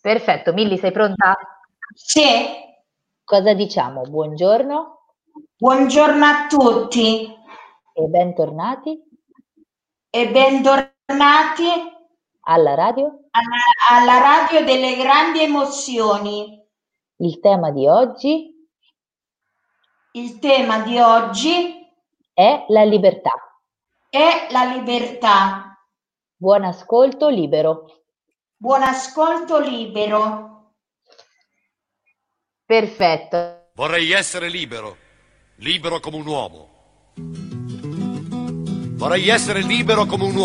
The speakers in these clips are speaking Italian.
Perfetto, Milly, sei pronta? Sì, Cosa diciamo? Buongiorno buongiorno a tutti e bentornati e bentornati alla radio. alla radio delle grandi emozioni. Il tema di oggi Il tema di oggi è la libertà. è la libertà. Buon ascolto libero. Buon ascolto libero. Perfetto. Vorrei essere libero, libero come un uomo. Vorrei essere libero come un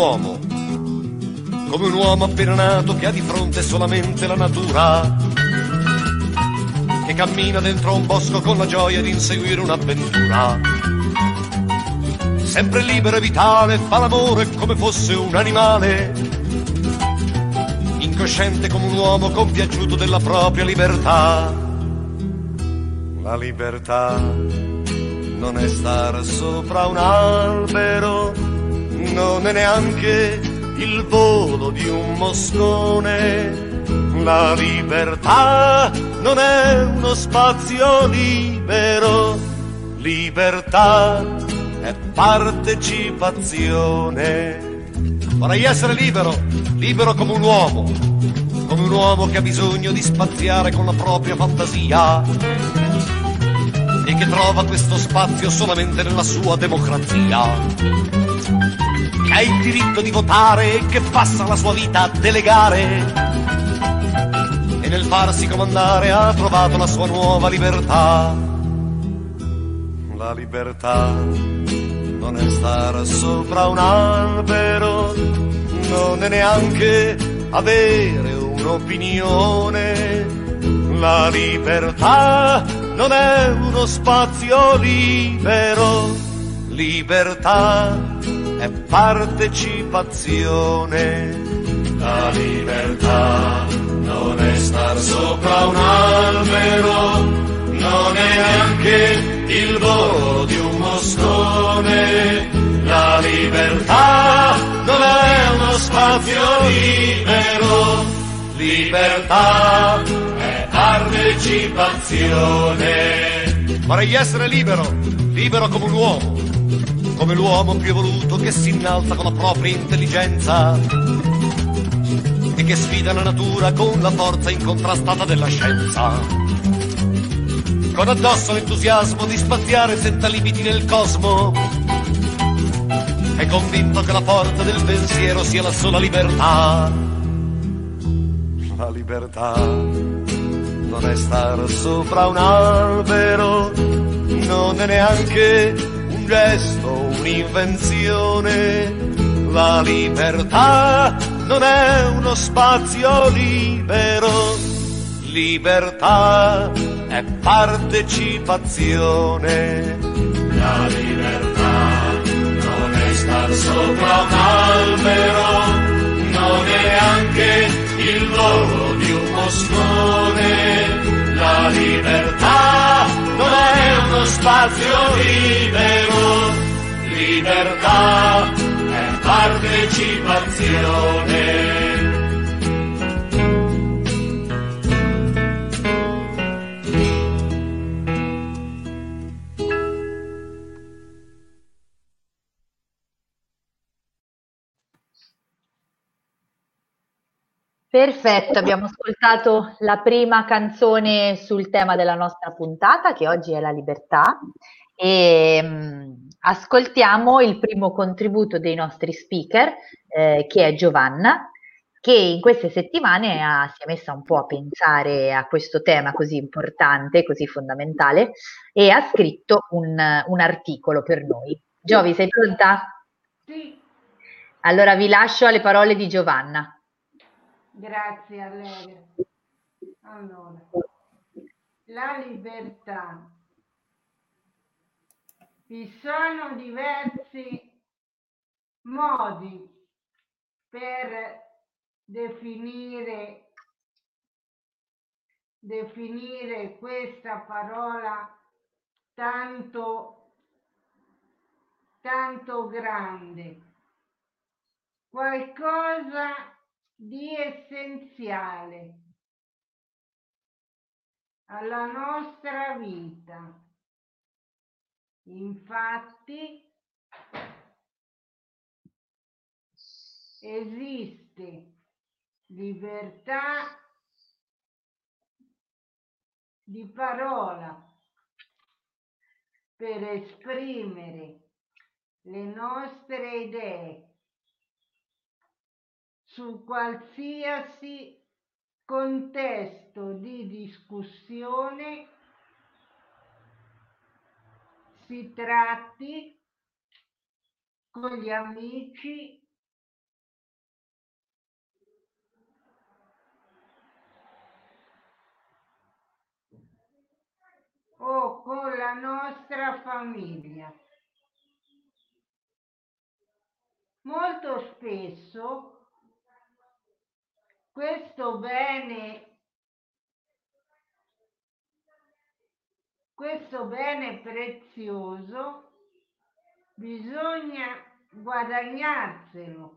uomo appena nato che ha di fronte solamente la natura, che cammina dentro un bosco con la gioia di inseguire un'avventura. Sempre libero e vitale, fa l'amore come fosse un animale, incosciente come un uomo compiaciuto della propria libertà. La libertà non è star sopra un albero, non è neanche il volo di un moscone. La libertà non è uno spazio libero, libertà è partecipazione. Vorrei essere libero, libero come un uomo che ha bisogno di spaziare con la propria fantasia e che trova questo spazio solamente nella sua democrazia, che ha il diritto di votare e che passa la sua vita a delegare e nel farsi comandare ha trovato la sua nuova libertà. La libertà non è stare sopra un albero, non è neanche avere un'opinione. La libertà non è uno spazio libero, libertà è partecipazione. La libertà non è star sopra un albero, non è neanche il volo di un moscone. La libertà non è uno spazio libero, libertà è partecipazione. Vorrei essere libero, libero come l'uomo più evoluto che si innalza con la propria intelligenza e che sfida la natura con la forza incontrastata della scienza, con addosso l'entusiasmo di spaziare senza limiti nel cosmo, è convinto che la forza del pensiero sia la sola libertà. La libertà non è star sopra un albero, non è neanche un gesto, un'invenzione. La libertà non è uno spazio libero, libertà è partecipazione. La libertà non è star sopra un albero, non è neanche il volo di un moscone. La libertà non è uno spazio libero, libertà è partecipazione. Perfetto, abbiamo ascoltato la prima canzone sul tema della nostra puntata, che oggi è la libertà, e ascoltiamo il primo contributo dei nostri speaker, che è Giovanna, che in queste settimane si è messa un po' a pensare a questo tema così importante, così fondamentale, e ha scritto un articolo per noi. Giovi, sei pronta? Sì. Allora vi lascio alle parole di Giovanna. Grazie Allegra. Allora, la libertà. Vi sono diversi modi per definire questa parola tanto grande. Qualcosa di essenziale, alla nostra vita. Infatti, esiste libertà di parola per esprimere le nostre idee su qualsiasi contesto di discussione si tratti con gli amici o con la nostra famiglia. Molto spesso questo bene prezioso bisogna guadagnarselo,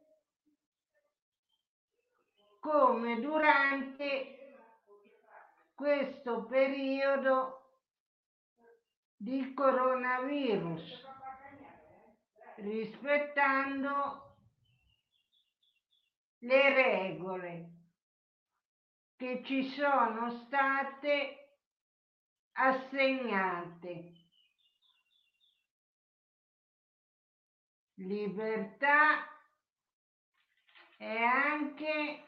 come durante questo periodo di coronavirus, rispettando le regole che ci sono state assegnate. Libertà è anche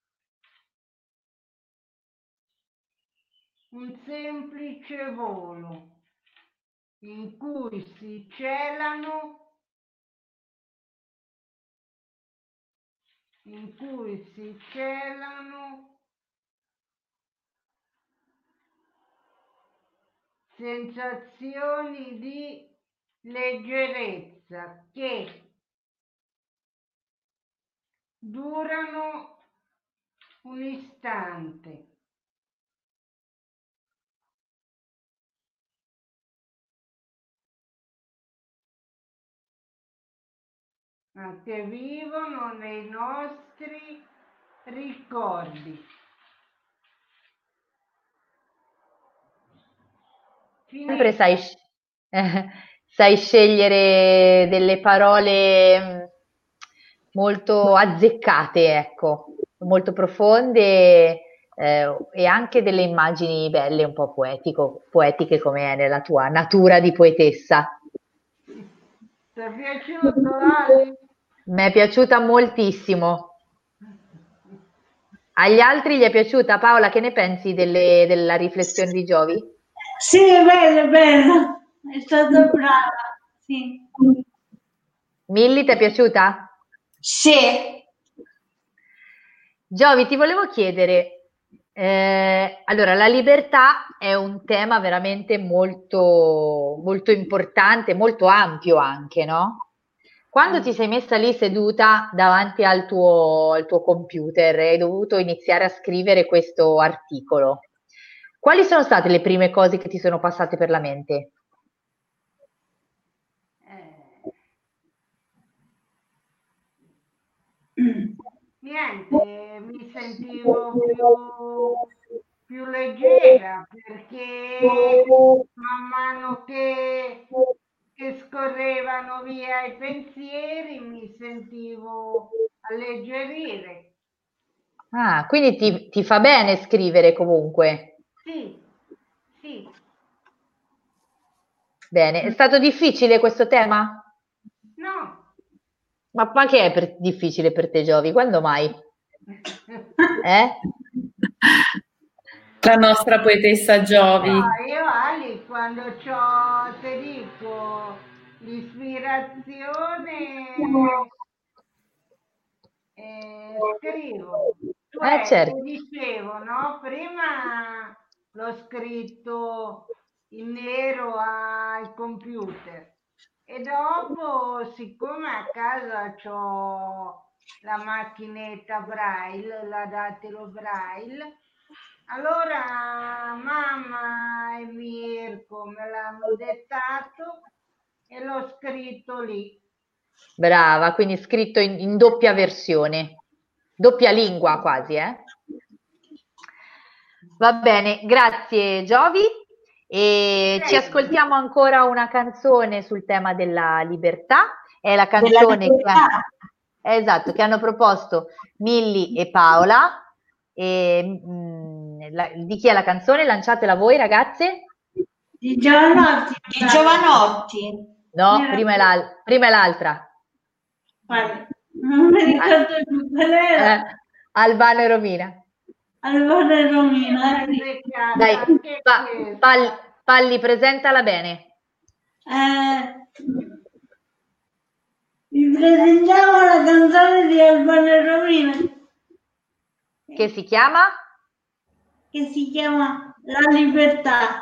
un semplice volo in cui si celano sensazioni di leggerezza che durano un istante, ma che vivono nei nostri ricordi. Sempre sai scegliere delle parole molto azzeccate, ecco, molto profonde, e anche delle immagini belle, un po' poetiche come è nella tua natura di poetessa. Ti è piaciuto, Ali? Mi è piaciuta moltissimo. Agli altri gli è piaciuta? Paola, che ne pensi della riflessione di Giovi? Sì, è bello, è stata brava, sì. Milly, ti è piaciuta? Sì. Giovi, ti volevo chiedere, allora, la libertà è un tema veramente molto, molto importante, molto ampio anche, no? Quando ti sei messa lì seduta davanti al tuo computer e hai dovuto iniziare a scrivere questo articolo, quali sono state le prime cose che ti sono passate per la mente? Niente, mi sentivo più leggera perché man mano che scorrevano via i pensieri mi sentivo alleggerire. Ah, quindi ti fa bene scrivere comunque. Sì, sì, Bene, è stato difficile questo tema? no. Ma che è difficile per te, Giovi? Quando mai? Eh? La nostra poetessa Giovi. Io Ali, quando c'ho, ti dico, l'ispirazione, scrivo. Cioè, Certo. ti dicevo, no? Prima l'ho scritto in nero al computer e dopo, siccome a casa c'ho la macchinetta Braille, la dattilo Braille, allora mamma e Mirko me l'hanno dettato e l'ho scritto lì. Brava, quindi scritto in doppia versione, doppia lingua quasi, eh? Va bene, grazie Giovi. E ci ascoltiamo ancora una canzone sul tema della libertà. È la canzone esatto, che hanno proposto Milly e Paola. Di chi è la canzone? Lanciatela voi, ragazze. Di Giovanotti. Di Giovanotti. No, prima è l'altra. Vale. Non mi ricordo più qual era. Albano e Romina. Albano e Romina. Dai, Palli, presentala bene. Vi presentiamo la canzone di Albano e Romina. Che si chiama? Che si chiama La libertà.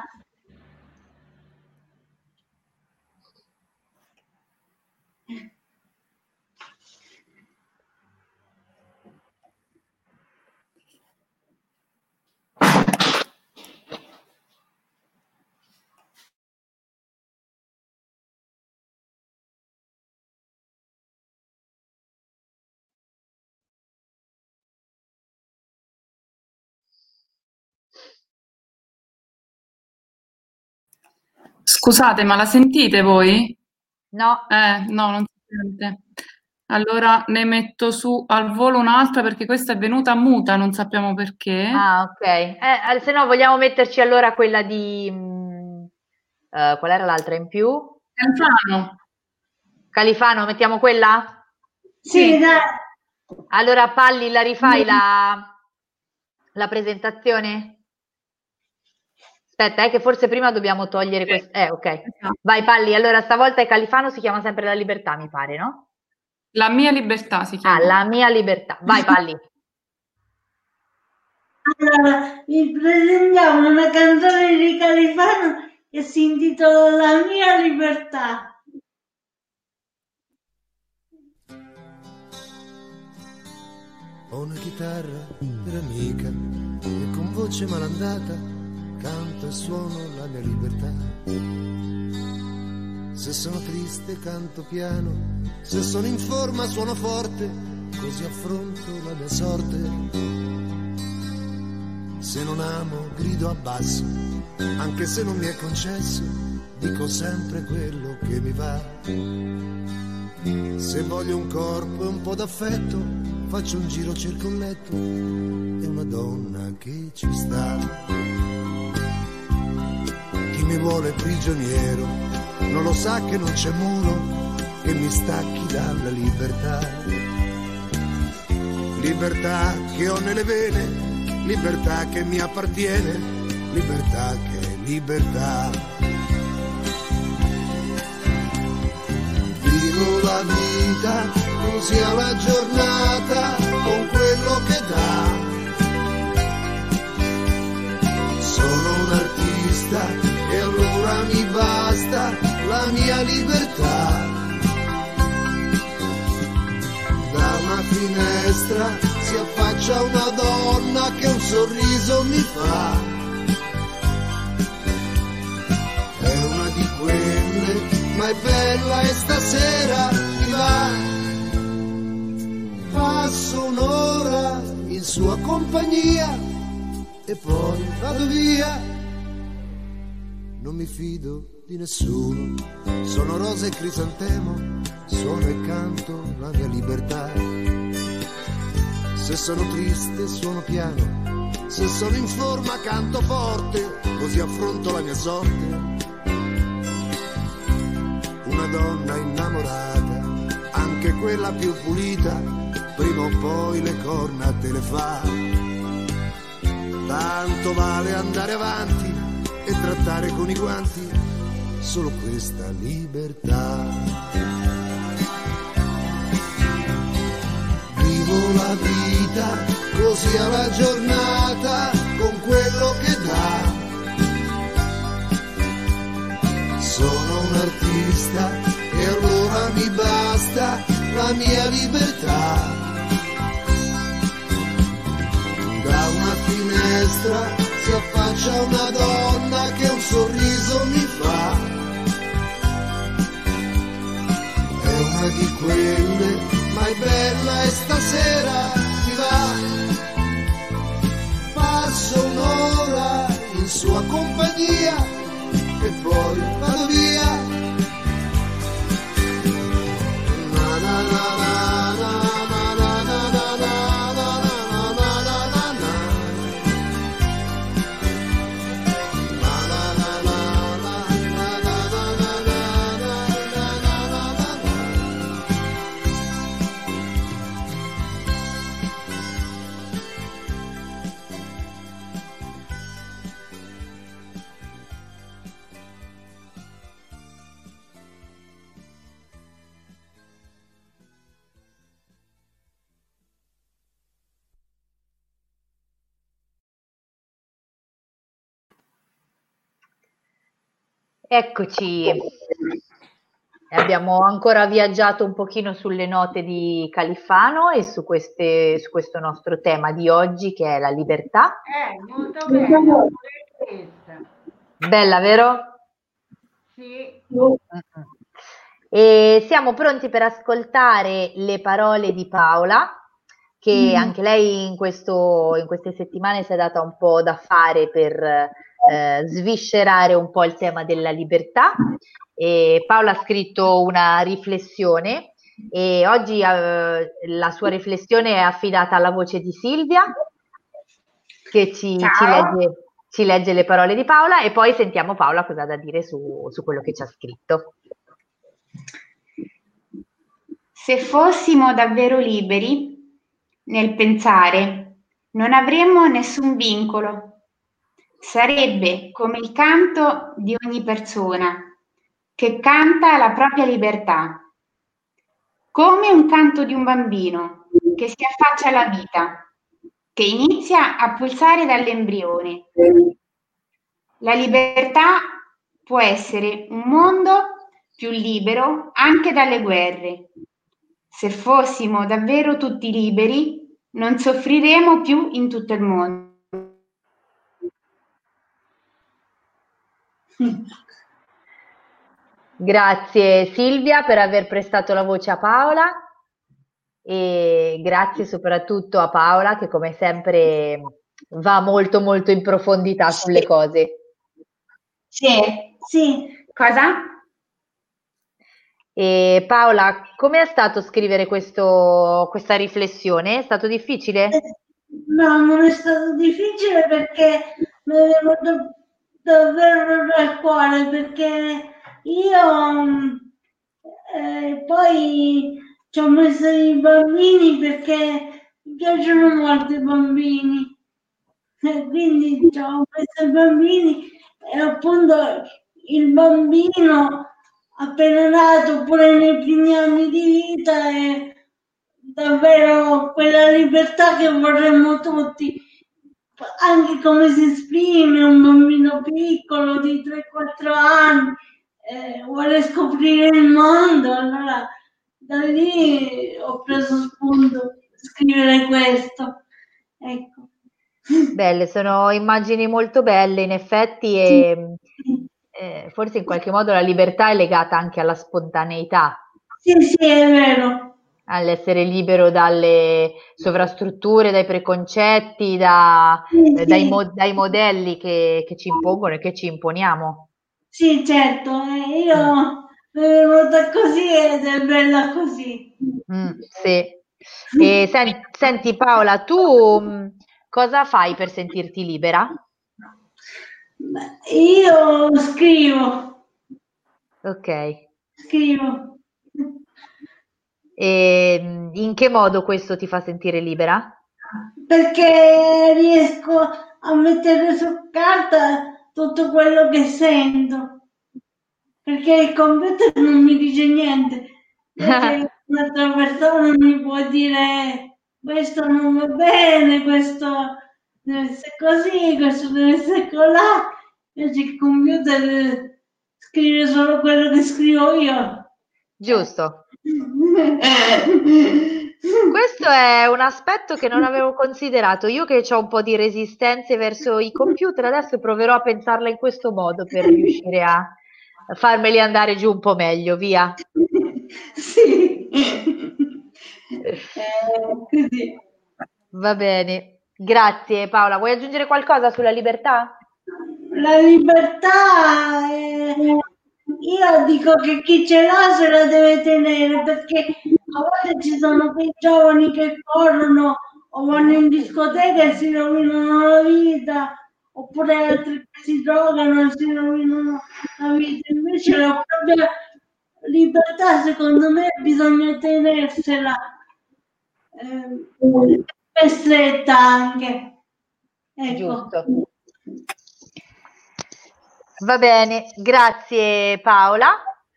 Scusate, ma la sentite voi? No. No, non si sente. Allora ne metto su al volo un'altra perché questa è venuta muta, non sappiamo perché. Ah, ok. Se no vogliamo metterci allora quella di... qual era l'altra in più? Califano, mettiamo quella? Sì, dai. Allora Palli, la rifai la presentazione? Aspetta, che forse prima dobbiamo togliere questo. Ok. Vai Palli, allora stavolta è Califano, si chiama sempre La Libertà, mi pare, no? La mia libertà si chiama. La mia libertà. Vai Palli. Allora, vi presentiamo una canzone di Califano che si intitola La mia libertà. Ho una chitarra per amica e con voce malandata canto e suono la mia libertà. Se sono triste canto piano, se sono in forma suono forte, così affronto la mia sorte. Se non amo grido a basso, anche se non mi è concesso, dico sempre quello che mi va. Se voglio un corpo e un po' d'affetto, faccio un giro, cerco un letto e una donna che ci sta. Chi mi vuole prigioniero non lo sa che non c'è muro che mi stacchi dalla libertà. Libertà che ho nelle vene, libertà che mi appartiene, libertà che è libertà. Vivo la vita così alla giornata con quello che dà. Sono un artista e allora mi basta la mia libertà. Da una finestra si affaccia una donna che un sorriso mi fa. È una di quelle, ma è bella e stasera mi va. Passo un'ora in sua compagnia e poi vado via. Non mi fido di nessuno, sono rosa e crisantemo, suono e canto la mia libertà. Se sono triste suono piano, se sono in forma canto forte, così affronto la mia sorte. Una donna innamorata, anche quella più pulita, prima o poi le corna te le fa. Tanto vale andare avanti e trattare con i guanti solo questa libertà. Vivo la vita così alla giornata con quello che dà. Sono un artista e allora mi basta la mia libertà. Da una finestra si affaccia una donna che un sorriso mi fa. È una di quelle, ma è bella e stasera mi va. Passo un'ora poi vado via. Na na na na na na na na na na na na. Eccoci, abbiamo ancora viaggiato un pochino sulle note di Califano e su questo nostro tema di oggi che è la libertà. Molto bella, pure questa. Bella, vero? Sì. E siamo pronti per ascoltare le parole di Paola, che anche lei in queste settimane si è data un po' da fare per sviscerare un po' il tema della libertà. E Paola ha scritto una riflessione e oggi la sua riflessione è affidata alla voce di Silvia, che ci legge le parole di Paola e poi sentiamo Paola cosa ha da dire su quello che ci ha scritto. Se fossimo davvero liberi nel pensare, non avremmo nessun vincolo. Sarebbe come il canto di ogni persona che canta la propria libertà, come un canto di un bambino che si affaccia alla vita, che inizia a pulsare dall'embrione. La libertà può essere un mondo più libero anche dalle guerre. Se fossimo davvero tutti liberi, non soffriremo più in tutto il mondo. Grazie Silvia per aver prestato la voce a Paola e grazie soprattutto a Paola che come sempre va molto molto in profondità sulle cose. Sì. Cosa? E Paola, come è stato scrivere questa riflessione? È stato difficile? No, non è stato difficile perché mi è venuto davvero dal cuore, perché io poi ci ho messo i bambini perché mi piacciono molto i bambini. E quindi ci ho messo i bambini e appunto il bambino appena nato, pure nei primi anni di vita, è davvero quella libertà che vorremmo tutti, anche come si esprime un bambino piccolo di 3-4 anni, vuole scoprire il mondo, allora da lì ho preso spunto per scrivere questo. Ecco. Belle, sono immagini molto belle in effetti e forse in qualche modo la libertà è legata anche alla spontaneità, Sì, è vero. all'essere libero dalle sovrastrutture, dai preconcetti, dai modelli che ci impongono e che ci imponiamo. Sì, certo, io mi è venuta così ed è bella così. Sì. E senti Paola, tu cosa fai per sentirti libera? Io scrivo. Ok. Scrivo. E in che modo questo ti fa sentire libera? Perché riesco a mettere su carta tutto quello che sento. Perché il computer non mi dice niente. Perché un'altra persona mi può dire questo non va bene, questo deve essere così, questo deve essere colà. Invece il computer scrive solo quello che scrivo io. Giusto. Questo è un aspetto che non avevo considerato. Io che ho un po' di resistenze verso i computer, adesso proverò a pensarla in questo modo per riuscire a farmeli andare giù un po' meglio, via. Sì. Così. Va bene. Grazie Paola. Vuoi aggiungere qualcosa sulla libertà? La libertà, io dico che chi ce l'ha se la deve tenere, perché a volte ci sono quei giovani che corrono o vanno in discoteca e si rovinano la vita, oppure altri che si drogano e si rovinano la vita. Invece la propria libertà, secondo me, bisogna tenersela stretta anche. Ecco. Giusto. Va bene, grazie Paola.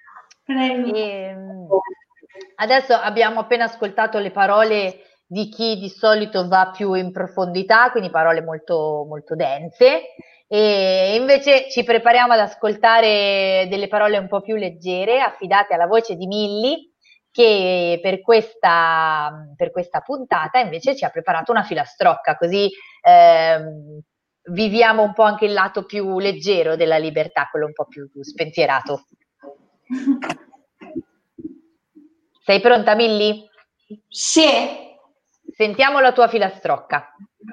Prego. Adesso abbiamo appena ascoltato le parole di chi di solito va più in profondità, quindi parole molto, molto dense, e invece ci prepariamo ad ascoltare delle parole un po' più leggere, affidate alla voce di Milly, che per questa puntata invece ci ha preparato una filastrocca, così viviamo un po' anche il lato più leggero della libertà, quello un po' più spensierato. Sei pronta, Milly? Sì. Sentiamo la tua filastrocca.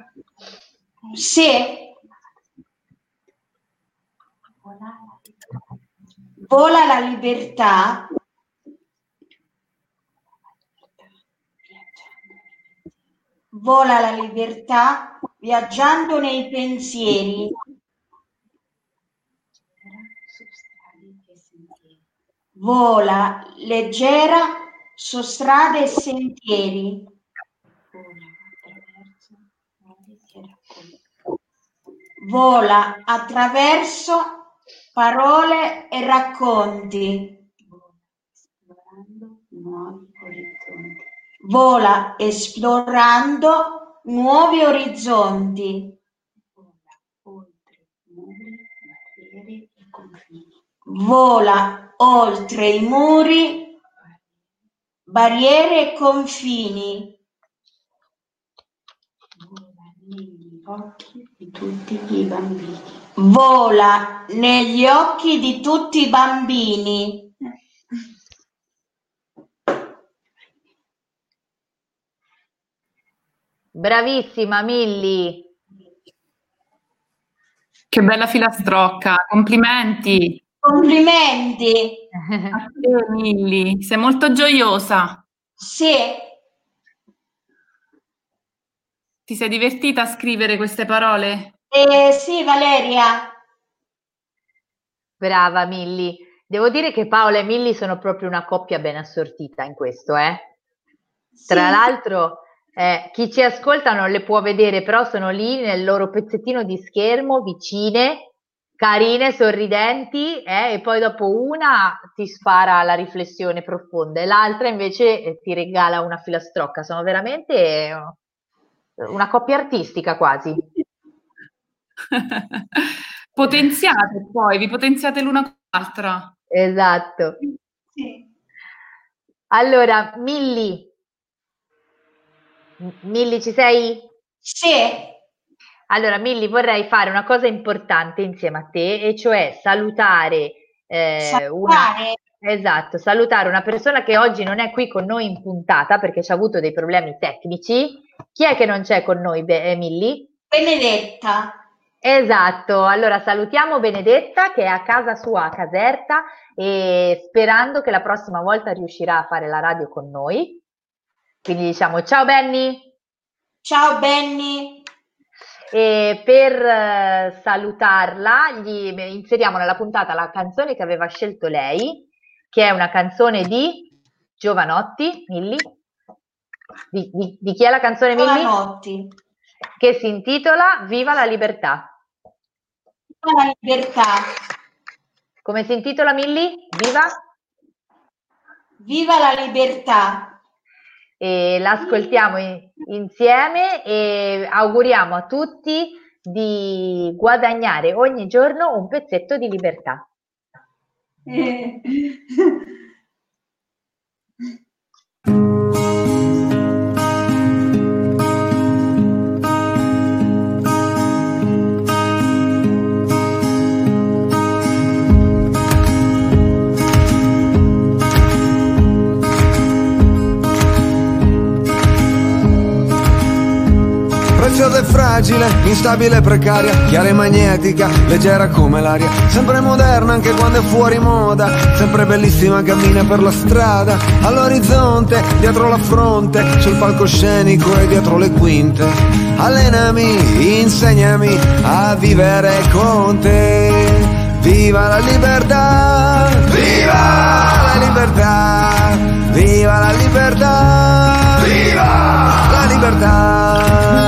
Sì. Vola la libertà. Vola la libertà viaggiando nei pensieri. Vola leggera su strade e sentieri. Vola attraverso parole e racconti. Vola esplorando nuovi orizzonti. Vola oltre i muri, barriere e confini. Vola negli occhi di tutti i bambini. Bravissima Milly. Che bella filastrocca, complimenti. Complimenti. A te, Milly, sei molto gioiosa. Sì. Ti sei divertita a scrivere queste parole? Sì, Valeria. Brava Milly. Devo dire che Paola e Milly sono proprio una coppia ben assortita in questo, Sì. Tra l'altro, chi ci ascolta non le può vedere, però sono lì nel loro pezzettino di schermo, vicine, carine, sorridenti, e poi dopo una ti spara la riflessione profonda e l'altra invece ti regala una filastrocca. Sono veramente una coppia artistica quasi. Potenziate poi, vi potenziate l'una con l'altra. Esatto. Sì. Allora, Milly, ci sei? Sì. Allora, Milly, vorrei fare una cosa importante insieme a te, e cioè salutare salutare una persona che oggi non è qui con noi in puntata perché ci ha avuto dei problemi tecnici. Chi è che non c'è con noi, Milly? Benedetta. Esatto, allora salutiamo Benedetta che è a casa sua a Caserta e sperando che la prossima volta riuscirà a fare la radio con noi. Quindi diciamo ciao Benny. Ciao Benny. E per salutarla gli inseriamo nella puntata la canzone che aveva scelto lei, che è una canzone di Giovanotti, Milly. Di chi è la canzone, Milly? Giovanotti. Che si intitola Viva la libertà. Viva la libertà. Come si intitola, Milly? Viva la libertà. E l'ascoltiamo insieme e auguriamo a tutti di guadagnare ogni giorno un pezzetto di libertà. preziosa e fragile, instabile e precaria, chiara e magnetica, leggera come l'aria, sempre moderna anche quando è fuori moda, sempre bellissima cammina per la strada, all'orizzonte, dietro la fronte, sul palcoscenico e dietro le quinte. Allenami, insegnami a vivere con te. Viva la libertà! Viva la libertà! Viva la libertà! Viva la libertà!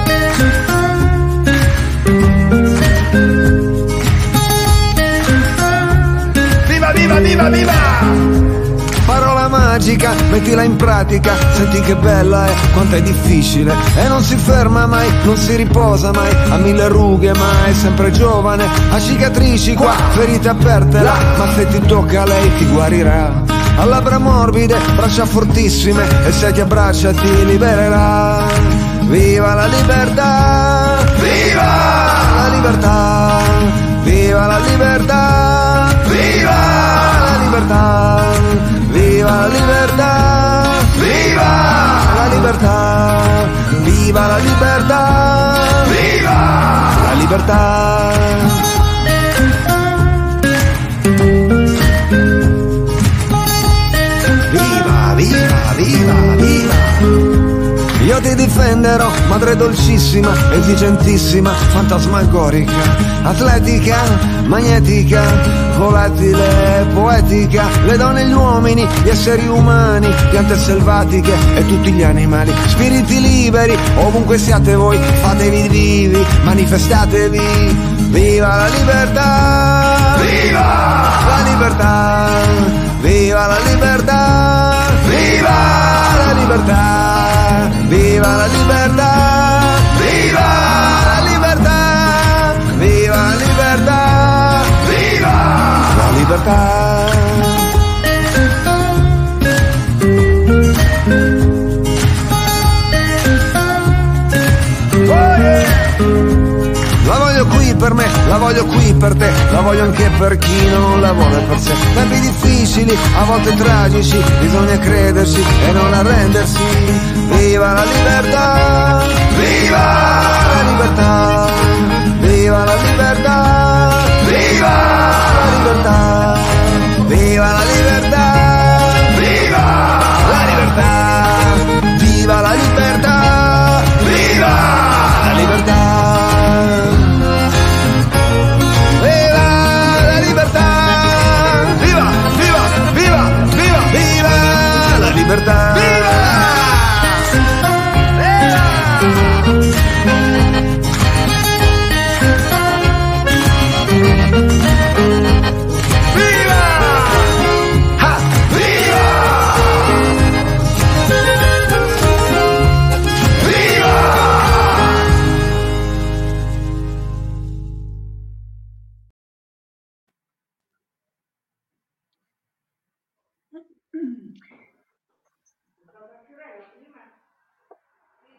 Viva, viva, viva, viva! Parola magica, mettila in pratica, senti che bella è, quanto è difficile, e non si ferma mai, non si riposa mai, ha 1000 rughe ma è sempre giovane, ha cicatrici qua, ferite aperte là, ma se ti tocca lei ti guarirà, ha labbra morbide, braccia fortissime, e se ti abbraccia ti libererà. Viva la libertà! Viva la libertà! Viva la libertà! Viva la libertà! Viva la libertà! Viva la libertà! Viva la libertà! Viva la libertà! Viva, viva, viva, viva! Io ti difenderò, madre dolcissima, efficientissima, fantasmagorica, atletica, magnetica, volatile, poetica, le donne e gli uomini, gli esseri umani, piante selvatiche e tutti gli animali, spiriti liberi, ovunque siate voi, fatevi vivi, manifestatevi, viva la libertà! Viva la libertà! Viva la libertà! Viva la libertà! Viva la libertà! Viva la libertà! Viva la libertà! Viva la libertà! Oh yeah! La voglio qui per me, la voglio qui per te, la voglio anche per chi non la vuole per sé. Tempi difficili, a volte tragici, bisogna credersi e non arrendersi. Viva la libertà! Viva la libertà! Viva la libertà! Viva la libertà! Viva la libertà! Viva la libertà! Viva la libertà! Viva la libertà! Libertà! Viva! Viva! Ha! Viva! Viva!